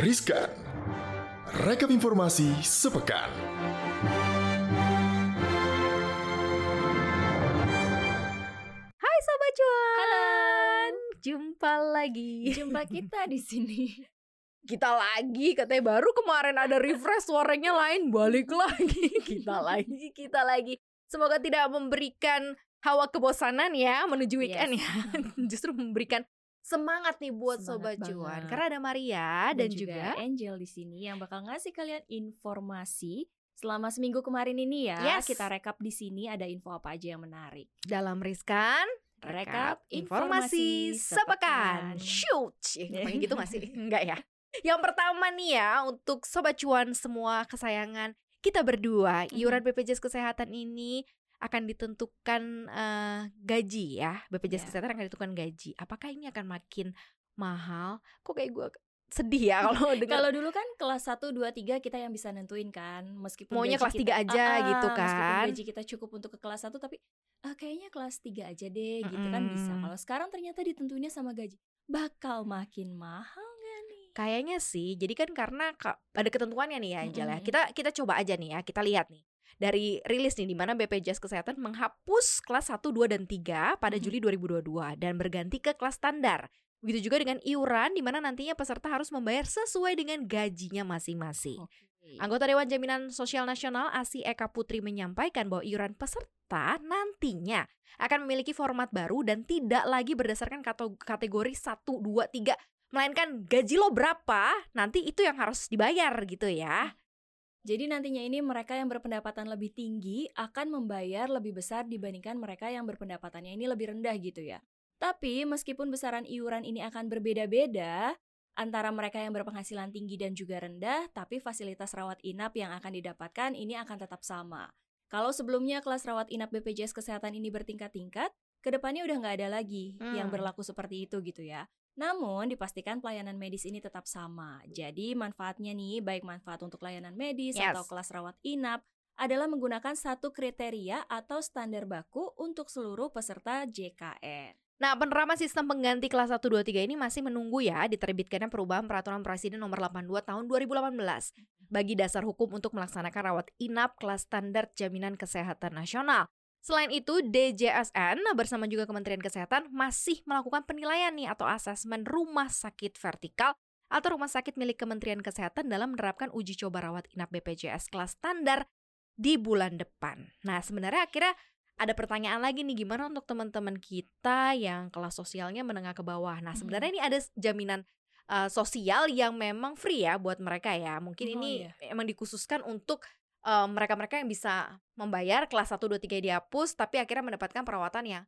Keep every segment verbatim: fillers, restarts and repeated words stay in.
Riskan, rekap informasi sepekan. Hai Sobat Cuan. Halo. Jumpa lagi. Jumpa kita di sini. Kita lagi, katanya baru kemarin ada refresh, suaranya lain, balik lagi. Kita lagi, kita lagi. Semoga tidak memberikan hawa kebosanan ya menuju weekend Yes. ya. Justru memberikan semangat nih buat Semangat Sobat Cuan. banget. Karena ada Maria dan, Dan, juga, juga Angel di sini yang bakal ngasih kalian informasi selama seminggu kemarin ini ya. Yes. Kita rekap di sini ada info apa aja yang menarik. dalam Riskan Rekap informasi informasi sepekan. sepekan. Shoot. Eh, paling gitu masih enggak ya. Yang pertama nih ya, untuk Sobat Cuan semua kesayangan kita berdua, Mhm. iuran B P J S Kesehatan ini akan ditentukan eh, gaji ya. B P J S Ya. Kesehatan akan ditentukan gaji. Apakah ini akan makin mahal? Kok kayak gue sedih ya kalau dengar. Kalau dulu kan kelas satu, dua, tiga kita yang bisa nentuin kan. Meskipun Maunya gaji kelas tiga kita- aja Ah, ah, gitu Meskipun kan. gaji kita cukup untuk ke kelas satu, tapi ah, kayaknya kelas tiga aja deh gitu kan bisa. Mm-mm. Kalau sekarang ternyata ditentuinnya sama gaji. Bakal makin mahal gak nih? Kayaknya sih, jadi kan karena ka- ada ketentuannya nih ya Angel ya. Mm-mm. Kita kita coba aja nih ya, kita lihat nih. Dari rilis nih di mana B P J S Kesehatan menghapus kelas satu, dua dan tiga pada Mhm. Juli dua ribu dua puluh dua dan berganti ke kelas standar. Begitu juga dengan iuran di mana nantinya peserta harus membayar sesuai dengan gajinya masing-masing. Oke. Anggota Dewan Jaminan Sosial Nasional Asi Eka Putri menyampaikan bahwa iuran peserta nantinya akan memiliki format baru dan tidak lagi berdasarkan kato- kategori satu, dua, tiga, melainkan gaji lo berapa, nanti itu yang harus dibayar gitu ya. Jadi nantinya ini mereka yang berpendapatan lebih tinggi akan membayar lebih besar dibandingkan mereka yang berpendapatannya ini lebih rendah gitu ya. Tapi meskipun besaran iuran ini akan berbeda-beda antara mereka yang berpenghasilan tinggi dan juga rendah, tapi fasilitas rawat inap yang akan didapatkan ini akan tetap sama. Kalau sebelumnya kelas rawat inap B P J S Kesehatan ini bertingkat-tingkat, kedepannya udah nggak ada lagi Hmm. yang berlaku seperti itu gitu ya. Namun dipastikan pelayanan medis ini tetap sama. Jadi manfaatnya nih, baik manfaat untuk layanan medis Yes. atau kelas rawat inap adalah menggunakan satu kriteria atau standar baku untuk seluruh peserta J K N. Nah, penerapan sistem pengganti kelas satu, dua, tiga ini masih menunggu ya diterbitkannya perubahan peraturan Presiden nomor delapan puluh dua tahun dua ribu delapan belas bagi dasar hukum untuk melaksanakan rawat inap kelas standar Jaminan Kesehatan Nasional. Selain itu, D J S N bersama juga Kementerian Kesehatan masih melakukan penilaian nih atau asesmen rumah sakit vertikal atau rumah sakit milik Kementerian Kesehatan dalam menerapkan uji coba rawat inap B P J S kelas standar di bulan depan. Nah, sebenarnya akhirnya ada pertanyaan lagi nih, gimana untuk teman-teman kita yang kelas sosialnya menengah ke bawah. Nah, sebenarnya ini ada jaminan uh, sosial yang memang free ya buat mereka ya. Mungkin Oh, ini iya. emang dikhususkan untuk uh, mereka-mereka yang bisa membayar kelas satu, dua, tiga dihapus tapi akhirnya mendapatkan perawatan yang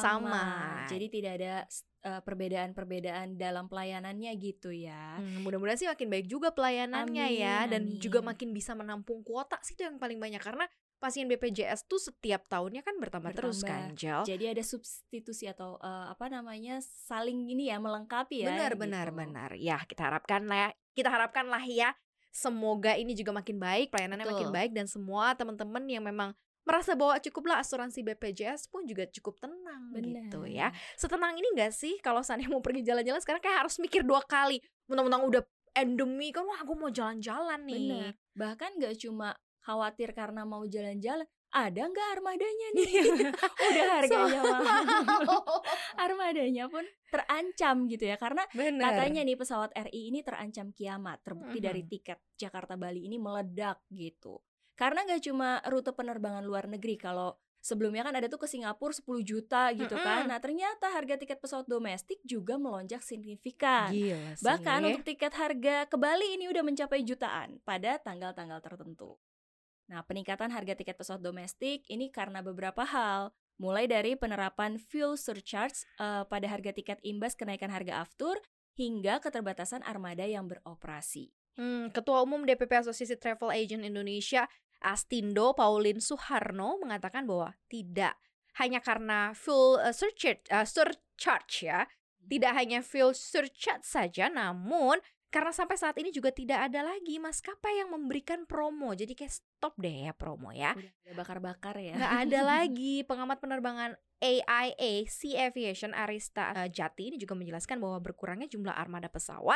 Sama. Jadi tidak ada uh, perbedaan-perbedaan dalam pelayanannya gitu ya. hmm, mudah-mudahan sih makin baik juga pelayanannya Amin, ya, dan amin. juga makin bisa menampung kuota sih, itu yang paling banyak karena pasien B P J S tuh setiap tahunnya kan bertambah, terus kan, Bertambah. Jel. Jadi ada substitusi atau uh, apa namanya saling ini ya melengkapi ya. Benar, benar, gitu. benar. Ya, kita harapkan lah, kita harapkan lah ya. Semoga ini juga makin baik, pelayanannya Betul. makin baik, dan semua teman-teman yang memang merasa bahwa cukuplah asuransi B P J S pun juga cukup tenang Benar. gitu ya. Setenang ini gak sih kalau seandainya mau pergi jalan-jalan sekarang kayak harus mikir dua kali. Mentang-mentang udah endemi kan, wah gue mau jalan-jalan nih. Benar. Bahkan gak cuma khawatir karena mau jalan-jalan, ada nggak armadanya nih? Udah harganya mahal. Armadanya pun terancam gitu ya, karena Bener. katanya nih pesawat R I ini terancam kiamat. Terbukti Mhm. dari tiket Jakarta Bali ini meledak gitu. Karena nggak cuma rute penerbangan luar negeri, kalau sebelumnya kan ada tuh ke Singapura sepuluh juta gitu Mm-mm. kan. Nah ternyata harga tiket pesawat domestik juga melonjak signifikan. Gila sih. Bahkan untuk tiket harga ke Bali ini udah mencapai jutaan pada tanggal-tanggal tertentu. Nah, peningkatan harga tiket pesawat domestik ini karena beberapa hal. Mulai dari penerapan fuel surcharge uh, pada harga tiket imbas kenaikan harga aftur, hingga keterbatasan armada yang beroperasi. Hmm, Ketua Umum D P P Asosiasi Travel Agent Indonesia Astindo Pauline Suharno mengatakan bahwa tidak hanya karena fuel uh, surcharge, uh, surcharge ya, tidak hanya fuel surcharge saja, namun karena sampai saat ini juga tidak ada lagi maskapai yang memberikan promo. Jadi kayak stop deh ya promo ya. Udah ada bakar-bakar ya. Nggak ada lagi. Pengamat penerbangan A I A Sea Aviation Arista uh, Jati ini juga menjelaskan bahwa berkurangnya jumlah armada pesawat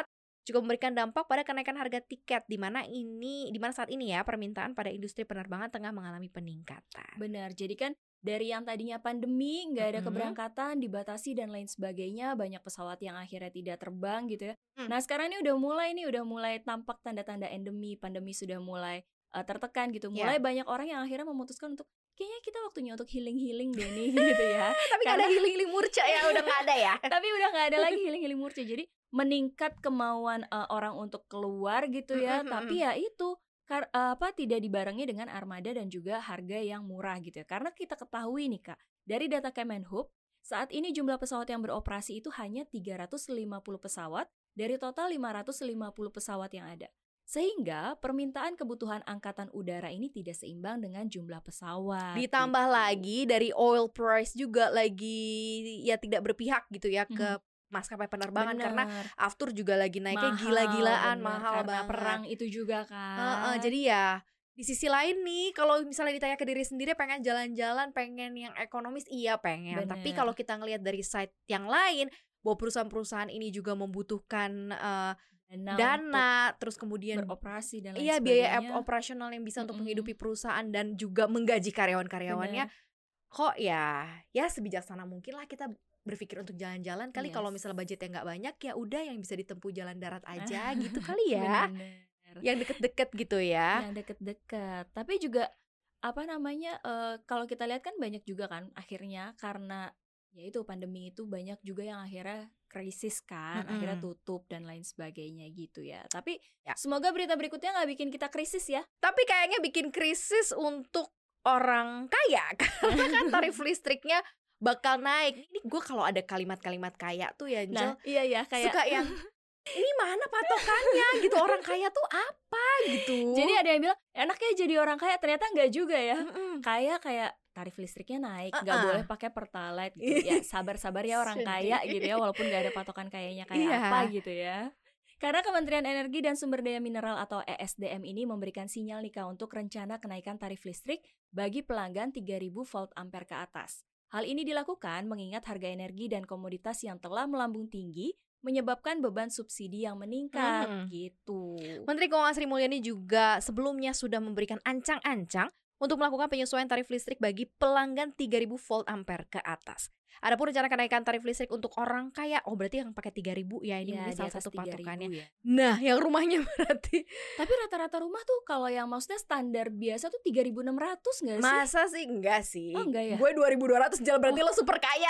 juga memberikan dampak pada kenaikan harga tiket, di mana ini di mana saat ini ya permintaan pada industri penerbangan tengah mengalami peningkatan. Benar, jadi kan dari yang tadinya pandemi, nggak ada Mm-mm. keberangkatan, dibatasi dan lain sebagainya, banyak pesawat yang akhirnya tidak terbang gitu ya. Hmm. Nah sekarang ini udah mulai nih, udah mulai tampak tanda-tanda endemi, pandemi sudah mulai uh, tertekan gitu. Mulai Ya. banyak orang yang akhirnya memutuskan untuk kayaknya kita waktunya untuk healing-healing deh nih gitu ya. Tapi nggak Karena- ada healing-healing murca ya, udah nggak ada ya. Tapi udah nggak ada lagi healing-healing murca. Jadi meningkat kemauan uh, orang untuk keluar gitu ya. Mm-mm, Tapi ya itu kar- uh, apa tidak dibarengi dengan armada dan juga harga yang murah gitu ya. Karena kita ketahui nih Kak, dari data Kemenhub, saat ini jumlah pesawat yang beroperasi itu hanya tiga ratus lima puluh pesawat dari total lima ratus lima puluh pesawat yang ada. Sehingga permintaan kebutuhan angkatan udara ini tidak seimbang dengan jumlah pesawat. Ditambah gitu. lagi dari oil price juga lagi ya tidak berpihak gitu ya ke maskapai penerbangan, karena Bener. aftur juga lagi naiknya Mahal, gila-gilaan, bener. mahal Karena banget. perang itu juga kan. Heeh, jadi ya di sisi lain nih, kalau misalnya ditanya ke diri sendiri pengen jalan-jalan, pengen yang ekonomis, iya pengen. Bener. Tapi kalau kita ngelihat dari side yang lain, bahwa perusahaan-perusahaan ini juga membutuhkan eh, dana, dana, terus untuk kemudian beroperasi dan lain iya biaya sebagainya. op- operasional yang bisa untuk Mm-mm. menghidupi perusahaan dan juga menggaji karyawan-karyawannya. Bener. Kok ya, ya sebijaksana mungkin lah kita berpikir untuk jalan-jalan kali. Yes. Kalau misalnya budgetnya nggak banyak, ya udah yang bisa ditempuh jalan darat aja gitu kali ya. Bener. Yang deket-deket gitu ya. Yang deket-deket. Tapi juga apa namanya eh, kalau kita lihat kan banyak juga kan akhirnya karena ya itu pandemi itu banyak juga yang akhirnya krisis kan, Mm-mm. akhirnya tutup dan lain sebagainya gitu ya. Tapi Ya. semoga berita berikutnya nggak bikin kita krisis ya. Tapi kayaknya bikin krisis untuk orang kaya karena kan tarif listriknya bakal naik. Ini gue kalau ada kalimat-kalimat kaya tuh ya, Angel, Nah, iya ya kayak suka yang ini mana patokannya gitu, orang kaya tuh apa gitu. jadi ada yang bilang enaknya jadi orang kaya, ternyata nggak juga ya. Mm-mm. Kaya kayak tarif listriknya naik, nggak Uh-uh. boleh pakai pertalite gitu. Ya sabar-sabar ya orang kaya Sedih. gitu ya, walaupun nggak ada patokan kayanya kayak Iya. apa gitu ya. Karena Kementerian Energi dan Sumber Daya Mineral atau E S D M ini memberikan sinyal nih Kak untuk rencana kenaikan tarif listrik bagi pelanggan tiga ribu volt ampere ke atas. Hal ini dilakukan mengingat harga energi dan komoditas yang telah melambung tinggi menyebabkan beban subsidi yang meningkat Hmm. gitu. Menteri Keuangan Sri Mulyani juga sebelumnya sudah memberikan ancang-ancang untuk melakukan penyesuaian tarif listrik bagi pelanggan tiga ribu volt ampere ke atas. Adapun rencana kenaikan tarif listrik untuk orang kaya, oh berarti yang pakai tiga ribu ya, ini Ya, mungkin di salah atas satu tiga ribu patokannya. ya. Nah, yang rumahnya berarti Tapi rata-rata rumah tuh kalau yang maksudnya standar biasa tuh tiga ribu enam ratus nggak sih? masa sih? Enggak sih. Oh, enggak ya? Gue dua ribu dua ratus jalan, berarti lo super kaya.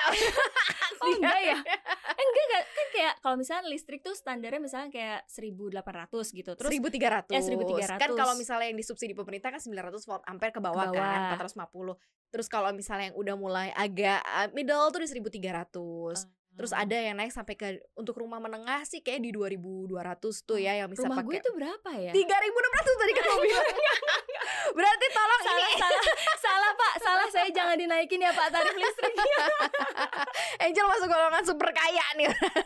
Oh enggak ya? Eh, enggak enggak kan kayak kalau misalnya listrik tuh standarnya misalnya kayak seribu delapan ratus gitu. Terus seribu tiga ratus. Ya, seribu tiga ratus. Kan kalau misalnya yang disubsidi pemerintah kan sembilan ratus volt ampere ke bawah, Ke bawah. kan empat ratus lima puluh. Terus kalau misalnya yang udah mulai agak uh, middle tuh di seribu tiga ratus. Terus ada yang naik sampai ke untuk rumah menengah sih kayak di dua ribu dua ratus tuh ya, yang bisa rumah gue pakai tuh berapa ya? tiga ribu enam ratus tadi kan lo bilang. Berarti tolong salah ini salah salah Pak, salah saya jangan dinaikin ya Pak tarif listriknya. Angel masuk golongan super kaya nih.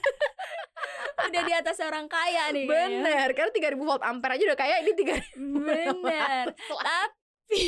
Udah di atas orang kaya nih. kayaknya. Bener, karena tiga ribu volt ampere aja udah kaya, ini tiga ribu. Bener. Tapi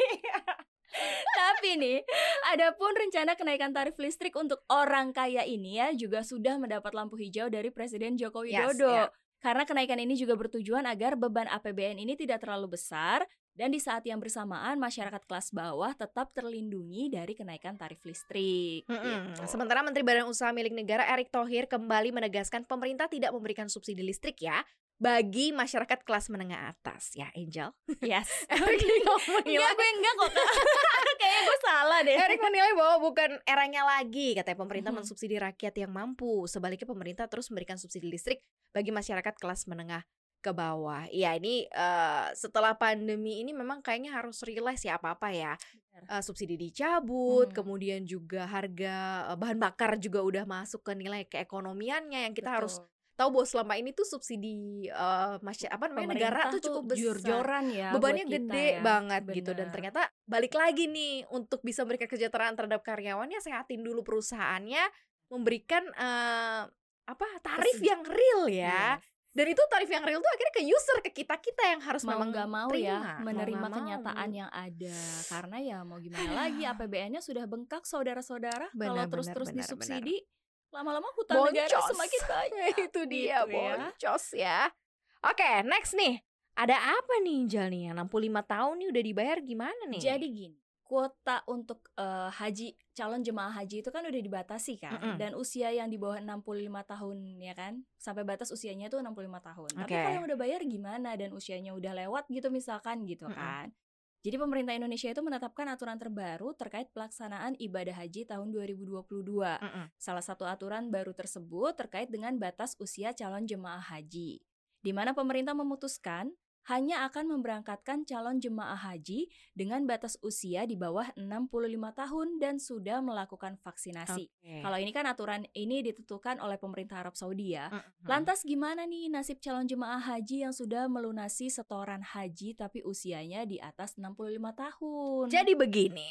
Tapi nih, adapun rencana kenaikan tarif listrik untuk orang kaya ini ya juga sudah mendapat lampu hijau dari Presiden Joko Yes, Widodo. yeah. Karena kenaikan ini juga bertujuan agar beban A P B N ini tidak terlalu besar dan di saat yang bersamaan masyarakat kelas bawah tetap terlindungi dari kenaikan tarif listrik. Mm-mm. gitu. Sementara Menteri Badan Usaha Milik Negara Erick Thohir kembali menegaskan pemerintah tidak memberikan subsidi listrik ya bagi masyarakat kelas menengah atas ya, Angel. Yes. Erick Enggak, menilai, gue enggak kok Kak. Kayaknya gue salah deh. Erick menilai bahwa bukan eranya lagi, katanya pemerintah Mhm. mensubsidi rakyat yang mampu. Sebaliknya pemerintah terus memberikan subsidi listrik bagi masyarakat kelas menengah ke bawah. Ya ini eh, setelah pandemi ini memang kayaknya harus realize ya apa-apa ya. Benar. Eh, subsidi dicabut, Hmm. kemudian juga harga eh, bahan bakar juga udah masuk ke nilai keekonomiannya yang kita harus Betul. tahu bahwa selama ini tuh subsidi eh masya, apa namanya negara Pemerintah tuh cukup besar. jor-joran ya Bebannya buat kita gede ya. banget gitu, dan Bener. ternyata balik lagi nih untuk bisa memberikan kesejahteraan terhadap karyawannya, sehatin dulu perusahaannya, memberikan eh, apa tarif Kesej- yang real ya. Yes. Dan itu tarif yang real tuh akhirnya ke user, ke kita kita yang harus Mau memang nggak mau terima, ya mau menerima nggak mau. kenyataan yang ada, karena ya mau gimana lagi A P B N-nya sudah bengkak saudara-saudara. Benar, Kalau benar, terus-terus benar, disubsidi Lama-lama hutan negara Boncos. semakin banyak. Itu dia, Gitu ya. boncos ya. Oke, next nih. Ada apa nih Injal nih? Yang enam puluh lima tahun nih udah dibayar gimana nih? Jadi gini, kuota untuk eh, haji calon jemaah haji itu kan udah dibatasi kan, Mm-mm. dan usia yang di bawah enam puluh lima tahun ya kan, sampai batas usianya tuh enam puluh lima tahun. Tapi Oke. kalau yang udah bayar gimana dan usianya udah lewat gitu misalkan gitu Mm-mm. kan. Jadi pemerintah Indonesia itu menetapkan aturan terbaru terkait pelaksanaan ibadah haji tahun dua ribu dua puluh dua. Mm-mm. Salah satu aturan baru tersebut terkait dengan batas usia calon jemaah haji, di mana pemerintah memutuskan hanya akan memberangkatkan calon jemaah haji dengan batas usia di bawah enam puluh lima tahun dan sudah melakukan vaksinasi. Oke. Kalau ini kan aturan ini ditentukan oleh pemerintah Arab Saudi ya. Mm-mm. Lantas gimana nih nasib calon jemaah haji yang sudah melunasi setoran haji tapi usianya di atas enam puluh lima tahun? Jadi begini.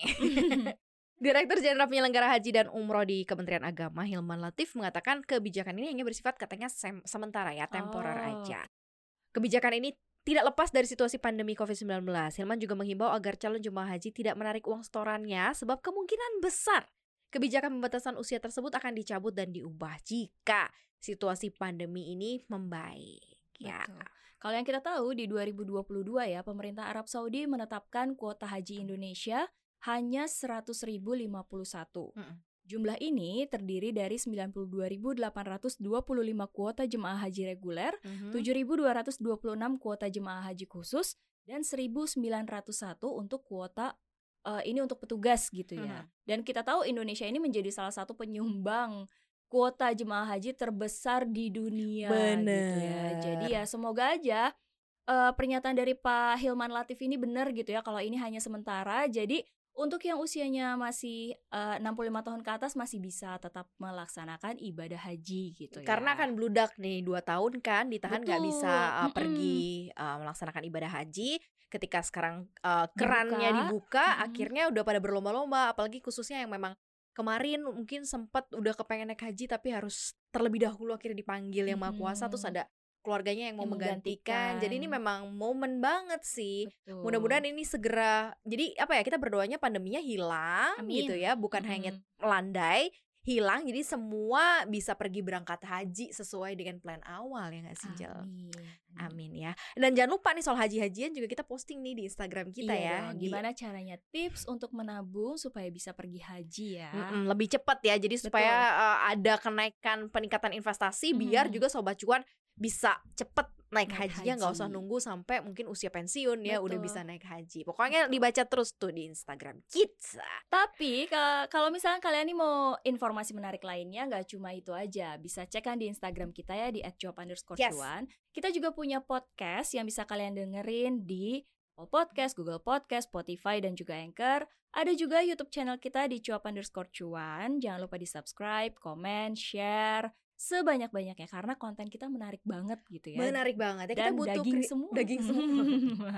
Direktur Jenderal Penyelenggara Haji dan Umroh di Kementerian Agama Hilman Latif mengatakan kebijakan ini hanya bersifat katanya sem- sementara ya, temporer Oh. aja. Kebijakan ini tidak lepas dari situasi pandemi covid sembilan belas. Hilman juga menghimbau agar calon jemaah haji tidak menarik uang setorannya sebab kemungkinan besar kebijakan pembatasan usia tersebut akan dicabut dan diubah jika situasi pandemi ini membaik. Ya. Betul. Kalau yang kita tahu di dua ribu dua puluh dua ya, pemerintah Arab Saudi menetapkan kuota haji Indonesia hanya seratus ribu lima puluh satu. Mm-mm. Jumlah ini terdiri dari sembilan puluh dua ribu delapan ratus dua puluh lima kuota jemaah haji reguler, Mhm. tujuh ribu dua ratus dua puluh enam kuota jemaah haji khusus, dan seribu sembilan ratus satu untuk kuota eh, ini untuk petugas gitu ya. Mhm. Dan kita tahu Indonesia ini menjadi salah satu penyumbang kuota jemaah haji terbesar di dunia gitu ya. Bener. Jadi ya semoga aja eh, pernyataan dari Pak Hilman Latif ini benar gitu ya, kalau ini hanya sementara. Jadi untuk yang usianya masih eh, enam puluh lima tahun ke atas masih bisa tetap melaksanakan ibadah haji gitu ya. Karena kan bludak nih dua tahun kan ditahan nggak Betul. bisa uh, Mm-mm. pergi uh, melaksanakan ibadah haji. Ketika sekarang uh, kerannya Dibuka. dibuka, Mm-mm. akhirnya udah pada berlomba-lomba. Apalagi khususnya yang memang kemarin mungkin sempat udah kepengen naik haji tapi harus terlebih dahulu akhirnya dipanggil yang Maha Kuasa, terus Mm-mm. ada keluarganya yang mau Yang menggantikan. Jadi ini menggantikan. memang momen banget sih. Betul. Mudah-mudahan ini segera. Jadi apa ya, kita berdoanya pandeminya hilang Amin. gitu ya, bukan hanya Mm-mm. melandai, hilang. Jadi semua bisa pergi berangkat haji sesuai dengan plan awal ya nggak sih, Jel? Amin. Amin ya. Dan jangan lupa nih soal haji-hajian juga kita posting nih di Instagram kita Iya ya. dong, Di- gimana caranya tips untuk menabung supaya bisa pergi haji ya. Mm-mm, lebih cepat ya. Jadi Betul. supaya uh, ada kenaikan peningkatan investasi biar Mhm. juga Sobat Cuan bisa cepet naik, Naik hajinya, nggak usah haji. nunggu sampai mungkin usia pensiun ya udah Betul. bisa naik haji. Pokoknya dibaca terus tuh di Instagram kita. Tapi ka- kalau misalnya kalian nih mau informasi menarik lainnya, nggak cuma itu aja, bisa cek kan di Instagram kita ya di at job underscore Yes. cuan. Kita juga punya podcast yang bisa kalian dengerin di Apple Podcast, Google Podcast, Spotify, dan juga Anchor. Ada juga YouTube channel kita di cuap underscore cuan. Jangan lupa di subscribe, komen, share sebanyak-banyaknya karena konten kita menarik banget gitu ya. Menarik banget ya. Kita Dan butuh daging kri- semua. Daging semua.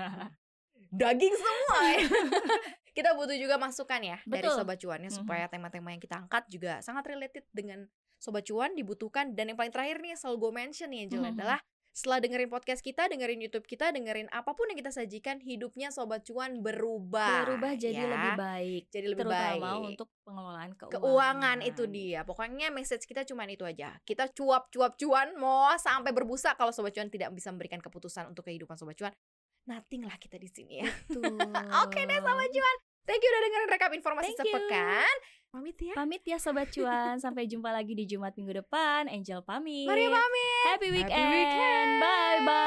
Daging semua ya. Kita butuh juga masukan ya dari Betul. Sobat Cuannya Mhm. supaya tema-tema yang kita angkat juga sangat related dengan Sobat Cuan, dibutuhkan. Dan yang paling terakhir nih yang selalu gue mention nih Angel, Mhm. adalah setelah dengerin podcast kita, dengerin YouTube kita, dengerin apapun yang kita sajikan, hidupnya Sobat Cuan berubah. Berubah jadi ya. lebih baik. Jadi lebih Terutama baik. untuk pengelolaan keuangan. Keuangan itu dia. Pokoknya message kita cuman itu aja. Kita cuap-cuap cuan mau sampai berbusa. Kalau Sobat Cuan tidak bisa memberikan keputusan untuk kehidupan Sobat Cuan, nothing lah kita di sini ya. Betul. Oke deh Sobat Cuan. Thank you udah dengerin rekap informasi Thank you. sepekan. Pamit ya. Pamit ya Sobat Cuan. Sampai jumpa lagi di Jumat minggu depan. Angel pamit. Maria pamit. Happy Happy weekend. weekend. Bye bye.